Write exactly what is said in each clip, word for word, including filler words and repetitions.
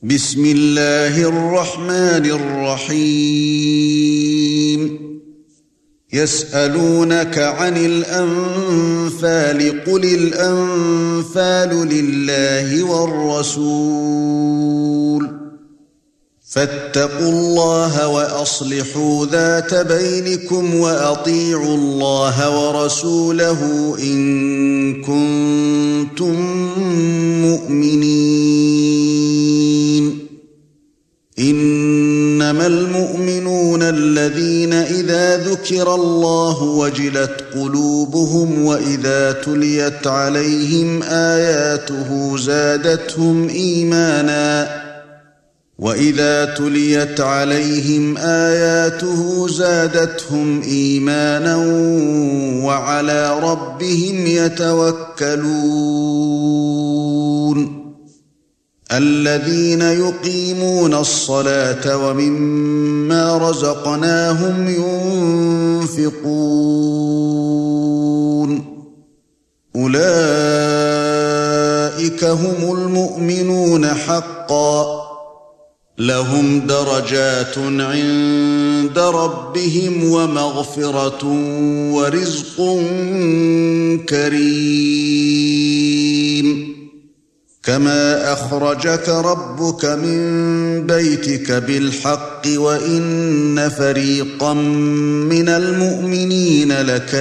بسم الله الرحمن الرحيم يسألونك عن الأنفال قل الأنفال لله والرسول فاتقوا الله وأصلحوا ذات بينكم وأطيعوا الله ورسوله إن كنتم مؤمنين إنما المؤمنون الذين إذا ذكر الله وجلت قلوبهم وإذا تليت عليهم آياته زادتهم إيمانا وَإِذَا تُلِيَتْ عَلَيْهِمْ آيَاتُهُ زَادَتْهُمْ إِيمَانًا وَعَلَى رَبِّهِمْ يَتَوَكَّلُونَ الَّذِينَ يُقِيمُونَ الصَّلَاةَ وَمِمَّا رَزَقْنَاهُمْ يُنْفِقُونَ أُولَئِكَ هُمُ الْمُؤْمِنُونَ حَقًّا لهم درجات عند ربهم ومغفرة ورزق كريم كما أخرجك ربك من بيتك بالحق وإن فريقا من المؤمنين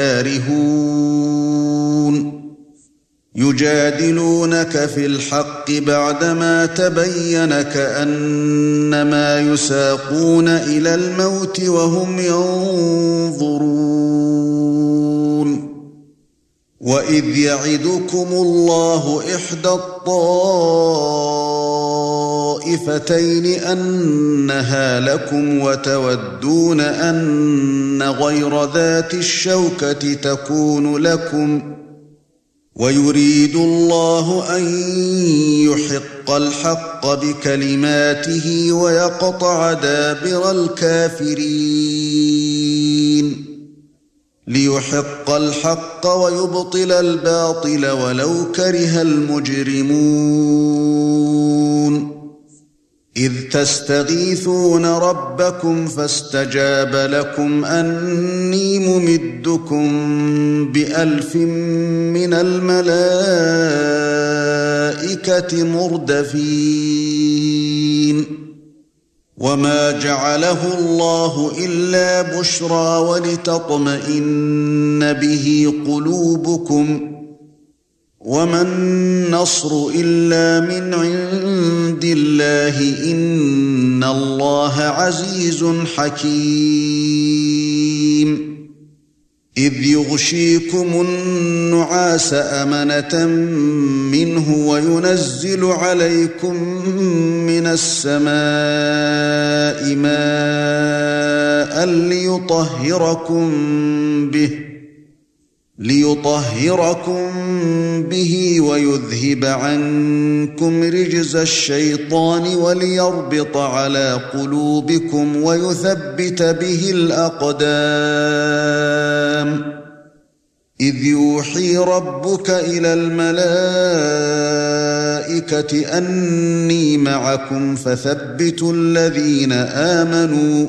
لكارهون يجادلونك في الحق بعدما تبين كأنما يساقون إلى الموت وهم ينظرون وإذ يعدكم الله إحدى الطائفتين أنها لكم وتودون أن غير ذات الشوكة تكون لكم ويريد الله أن يحق الحق بكلماته ويقطع دابر الكافرين ليحق الحق ويبطل الباطل ولو كره المجرمون إذ تستغيثون ربكم فاستجاب لكم أني ممدكم بألف من الملائكة مردفين وما جعله الله إلا بشرى ولتطمئن به قلوبكم وما النصر إلا من عند الله إن الله عزيز حكيم إذ يغشيكم النعاس أمنة منه وينزل عليكم من السماء ماء ليطهركم به ليطهركم به ويذهب عنكم رجز الشيطان وليربط على قلوبكم ويثبت به الأقدام إذ يوحي ربك إلى الملائكة أني معكم فثبتوا الذين آمنوا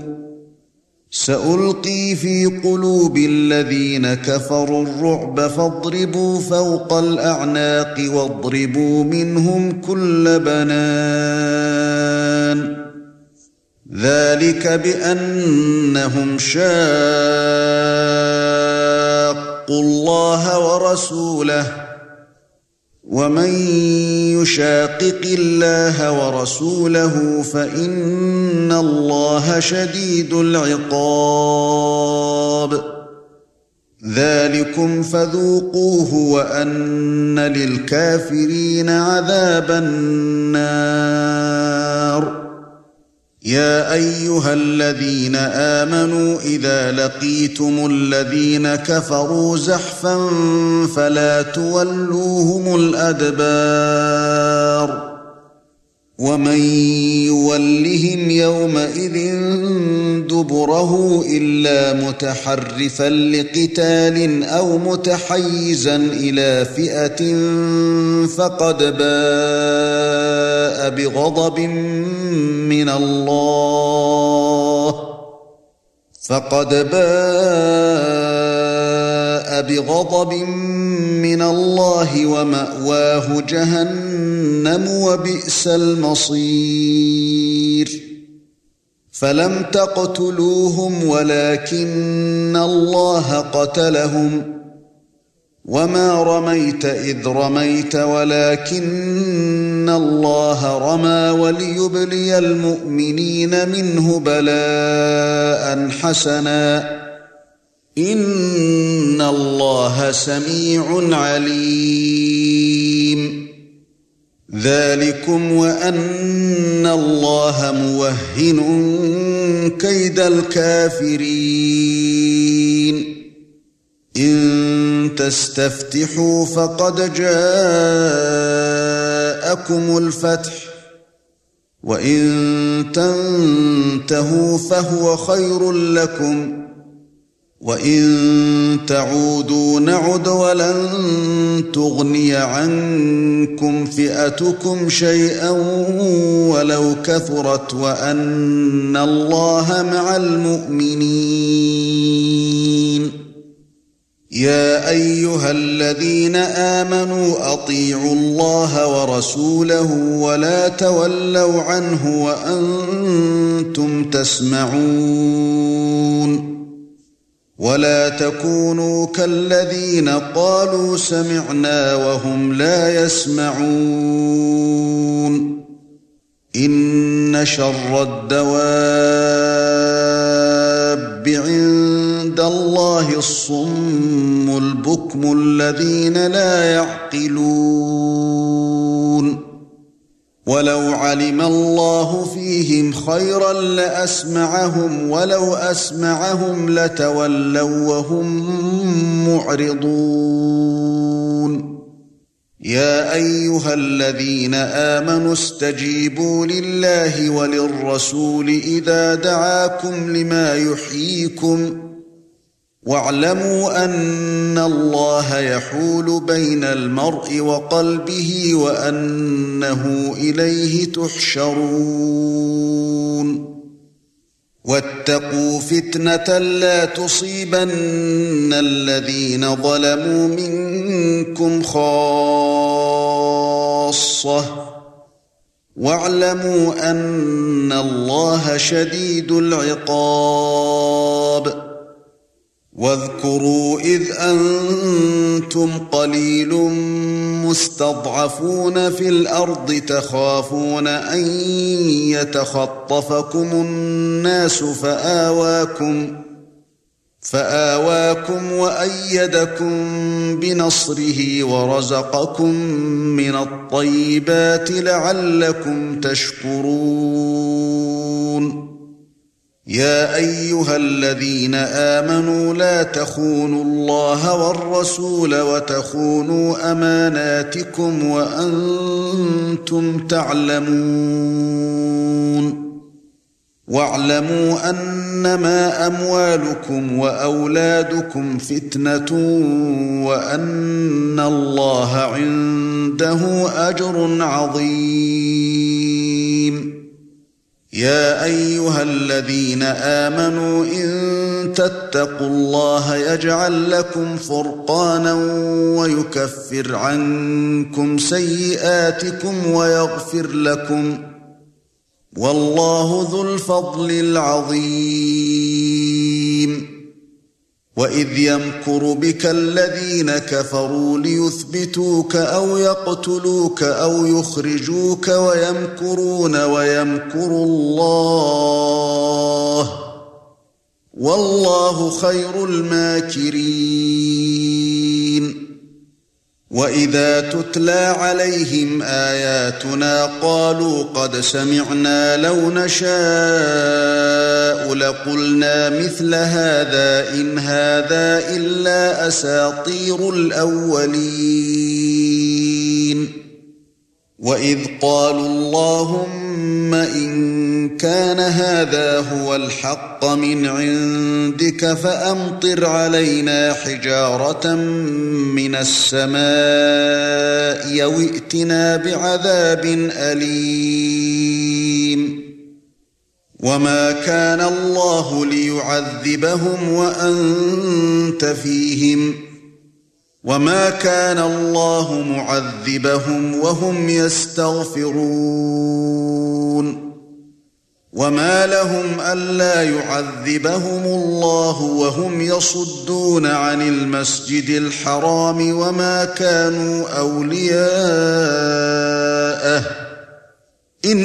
سألقي في قلوب الذين كفروا الرعب فاضربوا فوق الأعناق واضربوا منهم كل بنان ذلك بأنهم شاقوا الله ورسوله ومن يشاقق الله ورسوله فإن الله شديد العقاب ذلكم فذوقوه وأن للكافرين عذاب النار يا أيها الذين آمنوا إذا لقيتم الذين كفروا زحفا فلا تولوهم الأدبار ومن يولهم يومئذ دبره إلا متحرفا لقتال أو متحيزا إلى فئة فقد باء بغضب من الله فقد باء بغضب من الله ومأواه جهنم وبئس المصير فلم تقتلوهم ولكن الله قتلهم وما رميت إذ رميت ولكن الله رمى وليبلي المؤمنين منه بلاء حسنا إن الله سميع عليم ذلكم وأن الله موهن كيد الكافرين إن تستفتحوا فقد جاءكم الفتح وإن تنتهوا فهو خير لكم وإن تعودوا نعد ولن تغني عنكم فئتكم شيئا ولو كثرت وأن الله مع المؤمنين يا أيها الذين آمنوا أطيعوا الله ورسوله ولا تولوا عنه وأنتم تسمعون ولا تكونوا كالذين قالوا سمعنا وهم لا يسمعون إن شر الدواب عند الله الصم البكم الذين لا يعقلون ولو علم الله فيهم خيرا لأسمعهم ولو أسمعهم لتولوا وهم معرضون يا أيها الذين آمنوا استجيبوا لله وللرسول إذا دعاكم لما يحييكم واعلموا أن الله يحول بين المرء وقلبه وأنه إليه تحشرون واتقوا فتنة لا تصيبن الذين ظلموا منكم خاصة واعلموا أن الله شديد العقاب واذكروا إذ أنتم قليل مستضعفون في الأرض تخافون أن يتخطفكم الناس فآواكم فآواكم وأيدكم بنصره ورزقكم من الطيبات لعلكم تشكرون يا أيها الذين آمنوا لا تخونوا الله والرسول وتخونوا أماناتكم وأنتم تعلمون واعلموا أنما أموالكم وأولادكم فتنة وأن الله عنده أجر عظيم يا أيها الذين آمنوا إن تتقوا الله يجعل لكم فرقانا ويكفر عنكم سيئاتكم ويغفر لكم والله ذو الفضل العظيم وإذ يمكر بك الذين كفروا ليثبتوك أو يقتلوك أو يخرجوك ويمكرون ويمكر الله والله خير الماكرين وإذا تتلى عليهم آياتنا قالوا قد سمعنا لو نشاء لقلنا مثل هذا إن هذا إلا أساطير الأولين وإذ قالوا اللهم اللهم إن كان هذا هو الحق من عندك فأمطر علينا حجارة من السماء أو ائتنا بعذاب أليم وما كان الله ليعذبهم وأنت فيهم وما كان الله معذبهم وهم يستغفرون وما لهم ألا يعذبهم الله وهم يصدون عن المسجد الحرام وما كانوا أولياءه إن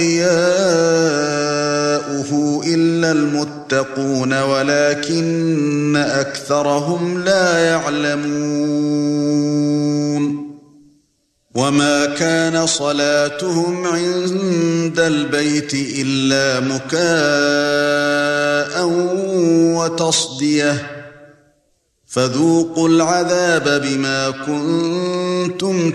أولياؤه إلا المتقون ولكن أكثرهم لا يعلمون وما كان صلاتهم عند البيت إلا مكاء وتصدية فذوقوا العذاب بما كنتم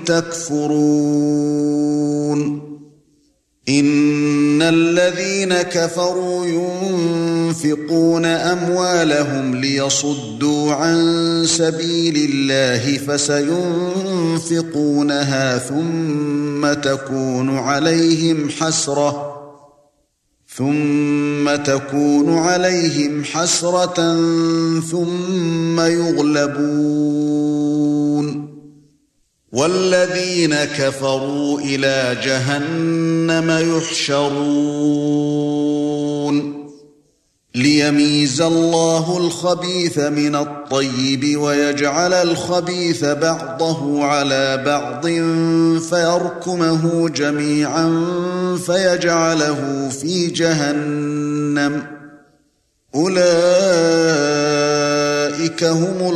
تكفرون إن الذين كفروا ينفقون أموالهم ليصدوا عن سبيل الله فسينفقونها ثم تكون عليهم حسرة ثم تكون عليهم حسرة ثم يغلبون والذين كفروا إلى جهنم يحشرون ليميز الله الخبيث من الطيب ويجعل الخبيث بعضه على بعض فيركمه جميعا فيجعله في جهنم أولئك هم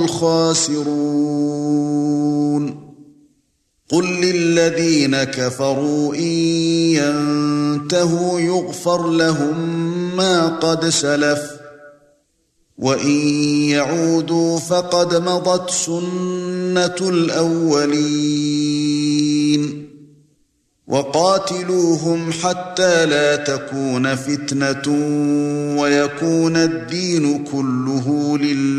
الخاسرون قل للذين كفروا إن ينتهوا يغفر لهم ما قد سلف وإن يعودوا فقد مضت سنة الأولين وقاتلوهم حتى لا تكون فتنة ويكون الدين كله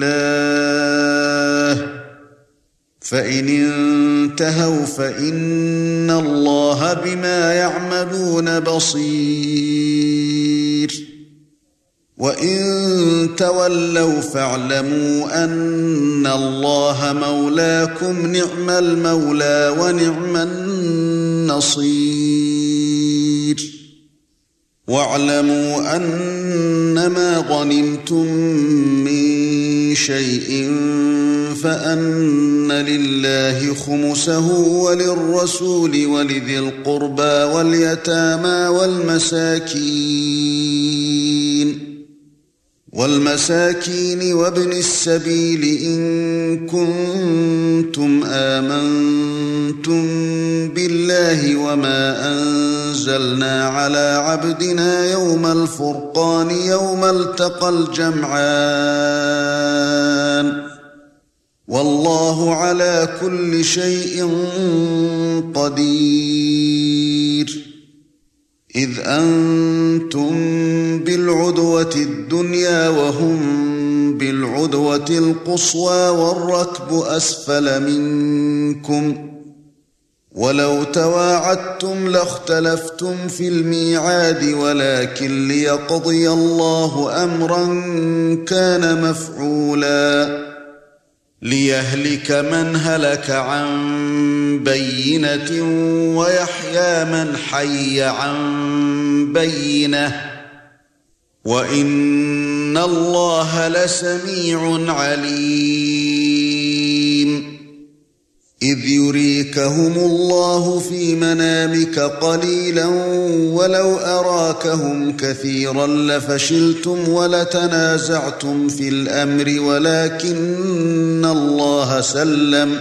لله فإن انتهوا فإن الله بما يعملون بصير وإن تولوا فاعلموا أن الله مولاكم نعم المولى ونعم النصير واعلموا أنما غنمتم من شيء فأن لله خمسه وللرسول ولذي القربى واليتامى والمساكين والمساكين وابن السبيل إن كنتم آمنتم بالله وما أنزلنا على عبدنا يوم الفرقان يوم التقى الجمعان والله على كل شيء قدير إذ أنتم بالعدوة الدنيا وهم بالعدوة القصوى والركب أسفل منكم ولو تواعدتم لاختلفتم في الميعاد ولكن ليقضي الله أمرا كان مفعولا ليهلك من هلك عن بينة ويحيى من حي عن بينة وإن الله لسميع عليم إذ يريكهم الله في منامك قليلا ولو أراكهم كثيرا لفشلتم ولتنازعتم في الأمر ولكن الله سلم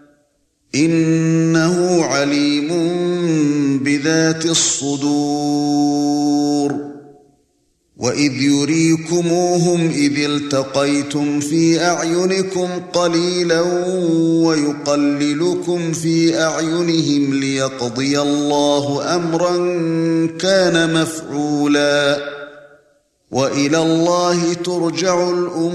إنه عليم بذات الصدور وَإِذْ يُرِيكُمُوهُمْ إِذِ الْتَقَيْتُمْ فِي أَعْيُنِكُمْ قَلِيلًا وَيُقَلِّلُكُمْ فِي أَعْيُنِهِمْ لِيَقْضِيَ اللَّهُ أَمْرًا كَانَ مَفْعُولًا وَإِلَى اللَّهِ تُرْجَعُ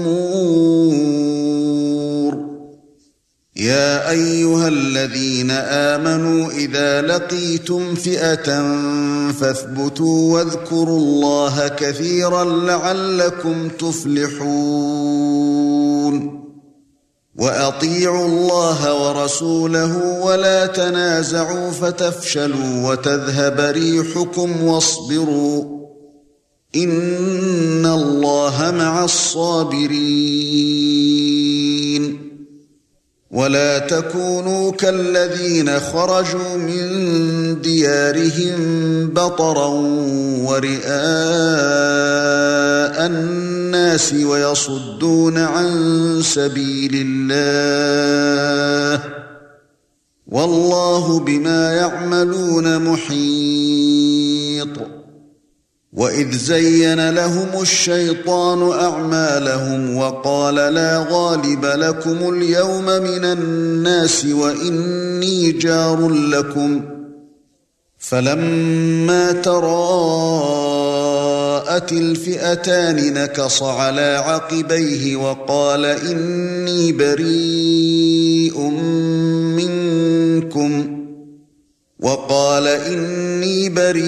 الْأُمُورُ. يَا أَيُّهَا الَّذِينَ آمَنُوا إِذَا لَقِيتُمْ فِئَةً فَاثْبُتُوا وَاذْكُرُوا اللَّهَ كَثِيرًا لَّعَلَّكُمْ تُفْلِحُونَ. وَأَطِيعُوا اللَّهَ وَرَسُولَهُ وَلَا تَنَازَعُوا فَتَفْشَلُوا وَتَذْهَبَ رِيحُكُمْ وَاصْبِرُوا إِنَّ اللَّهَ مَعَ الصَّابِرِينَ. وَلَا تَكُونُوا كَالَّذِينَ خَرَجُوا مِن دِيَارِهِم بَطَرًا وَرِئَاءَ النَّاسِ وَيَصُدُّونَ عَن سَبِيلِ اللَّهِ وَاللَّهُ بِمَا يَعْمَلُونَ مُحِيطٌ. وَإِذْ زَيَّنَ لَهُمُ الشَّيْطَانُ أَعْمَالَهُمْ وَقَالَ لَا غَالِبَ لَكُمُ الْيَوْمَ مِنَ النَّاسِ وَإِنِّي جَارٌ لَكُمْ فَلَمَّا تَرَاءَتِ الْفِئَتَانِ نَكَصَ عَلَى عَقِبَيْهِ وَقَالَ إِنِّي بَرِيءٌ مِنْكُمْ وَقَالَ إِنِّي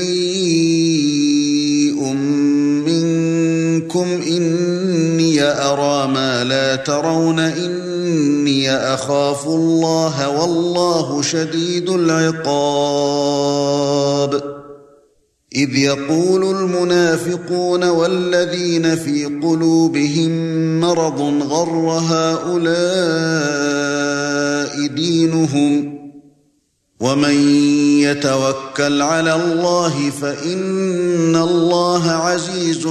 بَرِيءٌ مِنْكُمْ إِنِّي أَرَى مَا لَا تَرَوْنَ إِنِّي أَخَافُ اللَّهَ وَاللَّهُ شَدِيدُ الْعِقَابِ. إِذْ يَقُولُ الْمُنَافِقُونَ وَالَّذِينَ فِي قُلُوبِهِم مَّرَضٌ غَرَّ هَؤُلَاءِ دِينُهُمْ وَمَن يَتَوَكَّلْ عَلَى اللَّهِ فَإِنَّ اللَّهَ عَزِيزٌ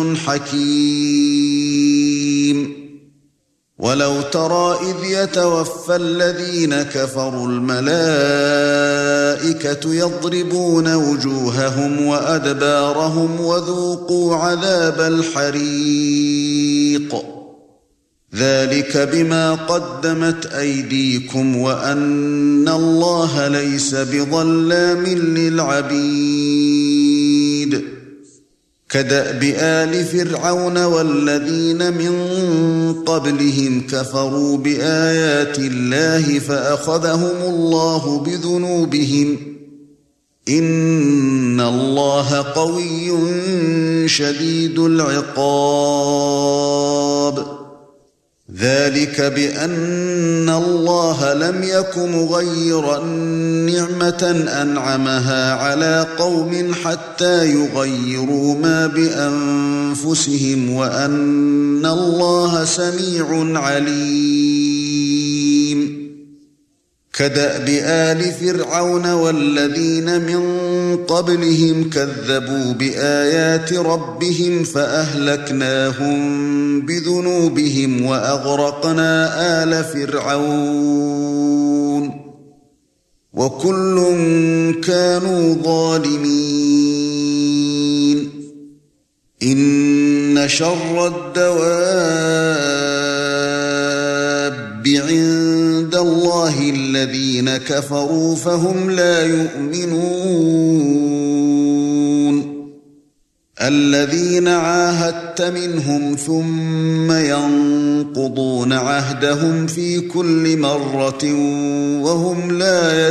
حَكِيمٌ. وَلَوْ تَرَى إِذْ يَتَوَفَّى الَّذِينَ كَفَرُوا الْمَلَائِكَةُ يَضْرِبُونَ وُجُوهَهُمْ وَأَدْبَارَهُمْ وَذُوقُوا عَذَابَ الْحَرِيقِ ذَلِكَ بِمَا قَدَّمَتْ أَيْدِيكُمْ وَأَنَّ اللَّهَ لَيْسَ بِظَلَّامٍ لِلْعَبِيدِ. كَدَأْبِ آلِ فِرْعَوْنَ وَالَّذِينَ مِن قَبْلِهِمْ كَفَرُوا بِآيَاتِ اللَّهِ فَأَخَذَهُمُ اللَّهُ بِذُنُوبِهِمْ إِنَّ اللَّهَ قَوِيٌّ شَدِيدُ الْعِقَابِ. ذَلِكَ بِأَنَّ اللَّهَ لَمْ يَكُ مُغَيِّرًا نِّعْمَةً أَنْعَمَهَا عَلَى قَوْمٍ حَتَّى يُغَيِّرُوا مَا بِأَنفُسِهِمْ وَأَنَّ اللَّهَ سَمِيعٌ عَلِيمٌ. كَدَأْبِ آلِ فِرْعَوْنَ وَالَّذِينَ مِن قَبْلِهِمْ كَذَّبُوا بِآيَاتِ رَبِّهِمْ فَأَهْلَكْنَاهُمْ بِذُنُوبِهِمْ وَأَغْرَقْنَا آلَ فِرْعَوْنَ وَكُلٌّ كَانُوا ظَالِمِينَ. إِنَّ شَرَّ الدَّوَابِّ عِندَ اللَّهِ الَّذِينَ كَفَرُوا فَهُمْ لَا يُؤْمِنُونَ. الَّذِينَ عَاهَدتَّ مِنْهُمْ ثُمَّ يَنقُضُونَ عَهْدَهُمْ فِي كُلِّ مَرَّةٍ وَهُمْ لَا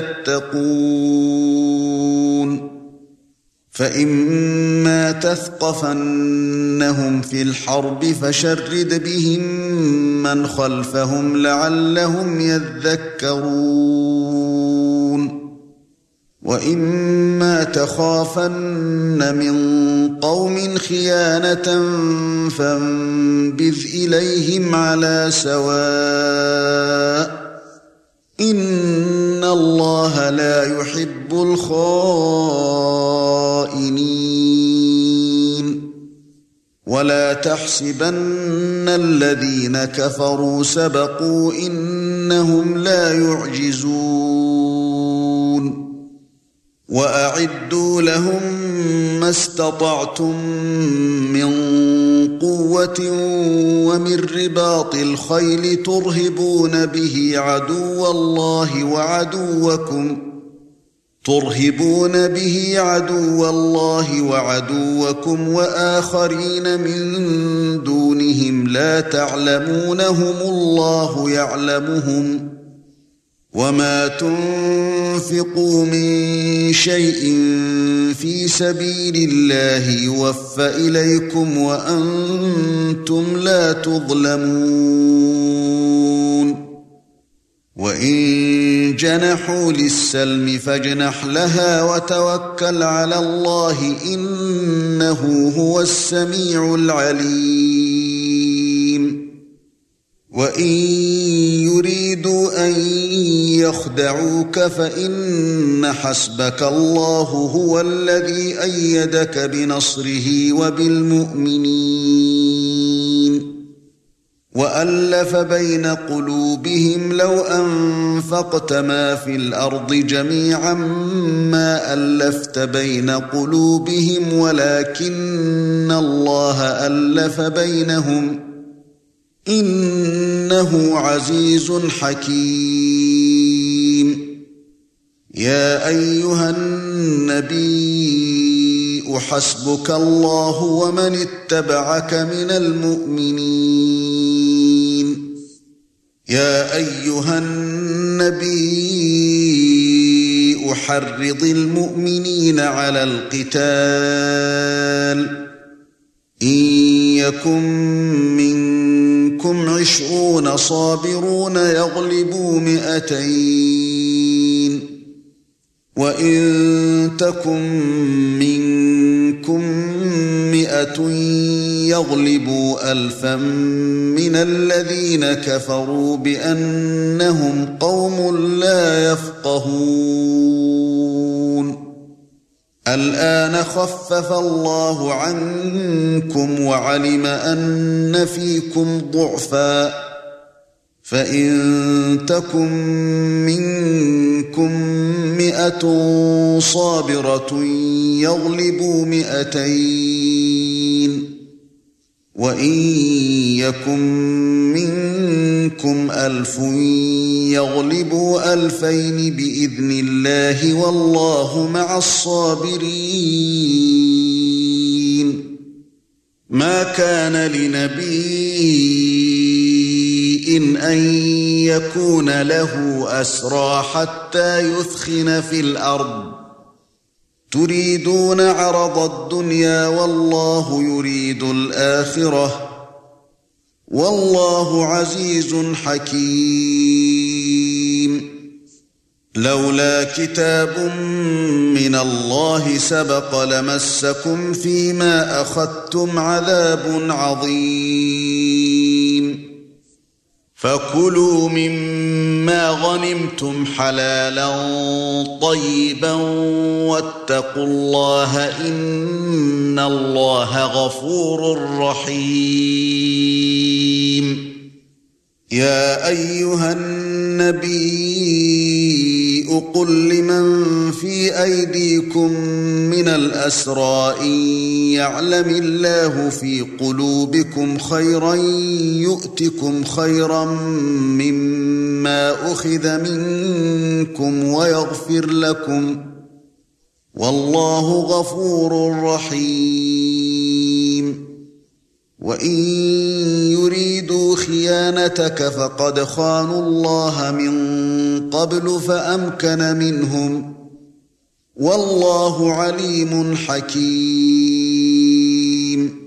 يَتَّقُونَ. فَإِمَّا تَثْقَفَنَّهُمْ فِي الْحَرْبِ فَشَرِّدْ بِهِمْ مَنْ خَلْفَهُمْ لَعَلَّهُمْ يَذَّكَّرُونَ. وَإِمَّا تَخَافَنَّ مِنْ قَوْمٍ خِيَانَةً فَانبِذْ إِلَيْهِمْ عَلَى سَوَاءٍ إِنَّ اللَّهَ لَا يُحِبُّ الْخَائِنِينَ. وَلَا تَحْسَبَنَّ الَّذِينَ كَفَرُوا سَبَقُوا إِنَّهُمْ لَا يُعْجِزُونَ. وَأَعِدُّوا لَهُم مَّا اسْتَطَعْتُم مِّن قوة ومن رباط الخيل ترهبون به عدو الله وعدوكم ترهبون به عدو الله وعدوكم وآخرين من دونهم لا تعلمونهم الله يعلمهم وما تنفقوا من شيء في سبيل الله يوفى إليكم وأنتم لا تظلمون وإن جنحوا للسلم فاجنح لها وتوكل على الله إنه هو السميع العليم وإن يريدوا أن يخدعوك فإن حسبك الله هو الذي أيدك بنصره وبالمؤمنين وألف بين قلوبهم لو أنفقت ما في الأرض جميعا ما ألفت بين قلوبهم ولكن الله ألف بينهم إنه عزيز حكيم يا أيها النبي حسبك الله ومن اتبعك من المؤمنين يا أيها النبي حرض المؤمنين على القتال إن يكن منكم عشرون صابرون يغلبوا مئتين وإن تكن منكم مئة يغلبوا ألفا من الذين كفروا بأنهم قوم لا يفقهون الآن خفف الله عنكم وعلم أن فيكم ضعفا فإن تكن منكم مئة صابرة يغلبوا مئتين وإن يكن منكم ألف يغلبوا ألفين بإذن الله والله مع الصابرين ما كان لنبي إن أن يكون له أسرى حتى يثخن في الأرض تريدون عرض الدنيا والله يريد الآخرة والله عزيز حكيم لولا كتاب من الله سبق لمسكم فيما أخذتم عذاب عظيم فكلوا مما غنمتم حلالا طيبا واتقوا الله إن الله غفور رحيم يا أيها النبي قل لمن في أيديكم من الأسرى إن يعلم الله في قلوبكم خيرا يؤتكم خيرا مما أخذ منكم ويغفر لكم والله غفور رحيم وإن يريدوا خيانتك فقد خانوا الله من قبل فأمكن منهم والله عليم حكيم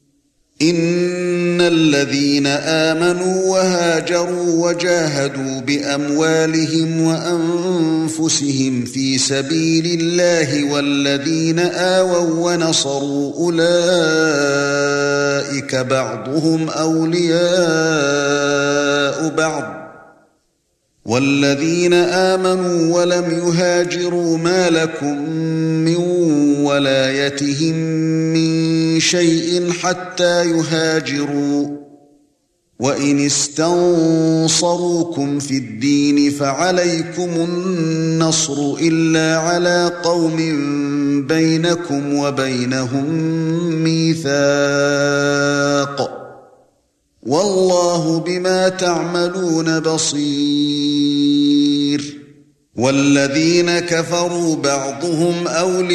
إن الذين آمنوا وهاجروا وجاهدوا بأموالهم وأنفسهم في سبيل الله والذين آووا ونصروا أولئك بعضهم أولياء بعض والذين آمنوا ولم يهاجروا ما لكم من ولايتهم من شيء حتى يهاجروا وَإِنِ اسْتَنصَرُوكُمْ فِي الدِّينِ فَعَلَيْكُمُ النَّصْرُ إِلَّا عَلَى قَوْمٍ بَيْنَكُمْ وَبَيْنَهُم مِّيثَاقٌ وَاللَّهُ بِمَا تَعْمَلُونَ بَصِيرٌ وَالَّذِينَ كَفَرُوا بَعْضُهُمْ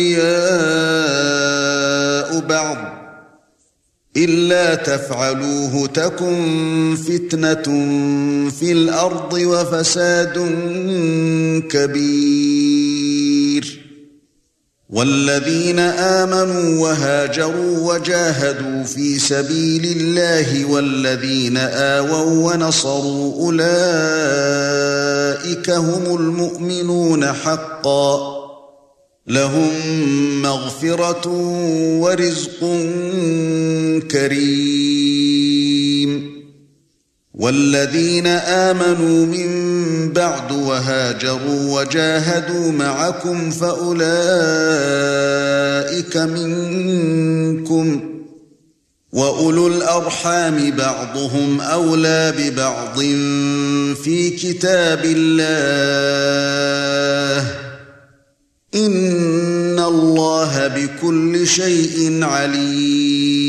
أَوْلِيَاءُ بَعْضٍ إِلَّا تَفْعَلُوهُ تَكُنْ فِتْنَةٌ فِي الْأَرْضِ وَفَسَادٌ كَبِيرٌ وَالَّذِينَ آمَنُوا وَهَاجَرُوا وَجَاهَدُوا فِي سَبِيلِ اللَّهِ وَالَّذِينَ آوَوا وَّنَصَرُوا أُولَئِكَ هُمُ الْمُؤْمِنُونَ حَقًّا لَهُم مَّغْفِرَةٌ وَرِزْقٌ كَرِيمٌ وَالَّذِينَ آمَنُوا مِن بَعْدُ وَهَاجَرُوا وَجَاهَدُوا مَعَكُمْ فَأُولَئِكَ مِنكُمْ وَأُولُو الْأَرْحَامِ بَعْضُهُمْ أَوْلَى بِبَعْضٍ فِي كِتَابِ اللَّهِ إِنَّ اللَّهَ بِكُلِّ شَيْءٍ عَلِيمٌ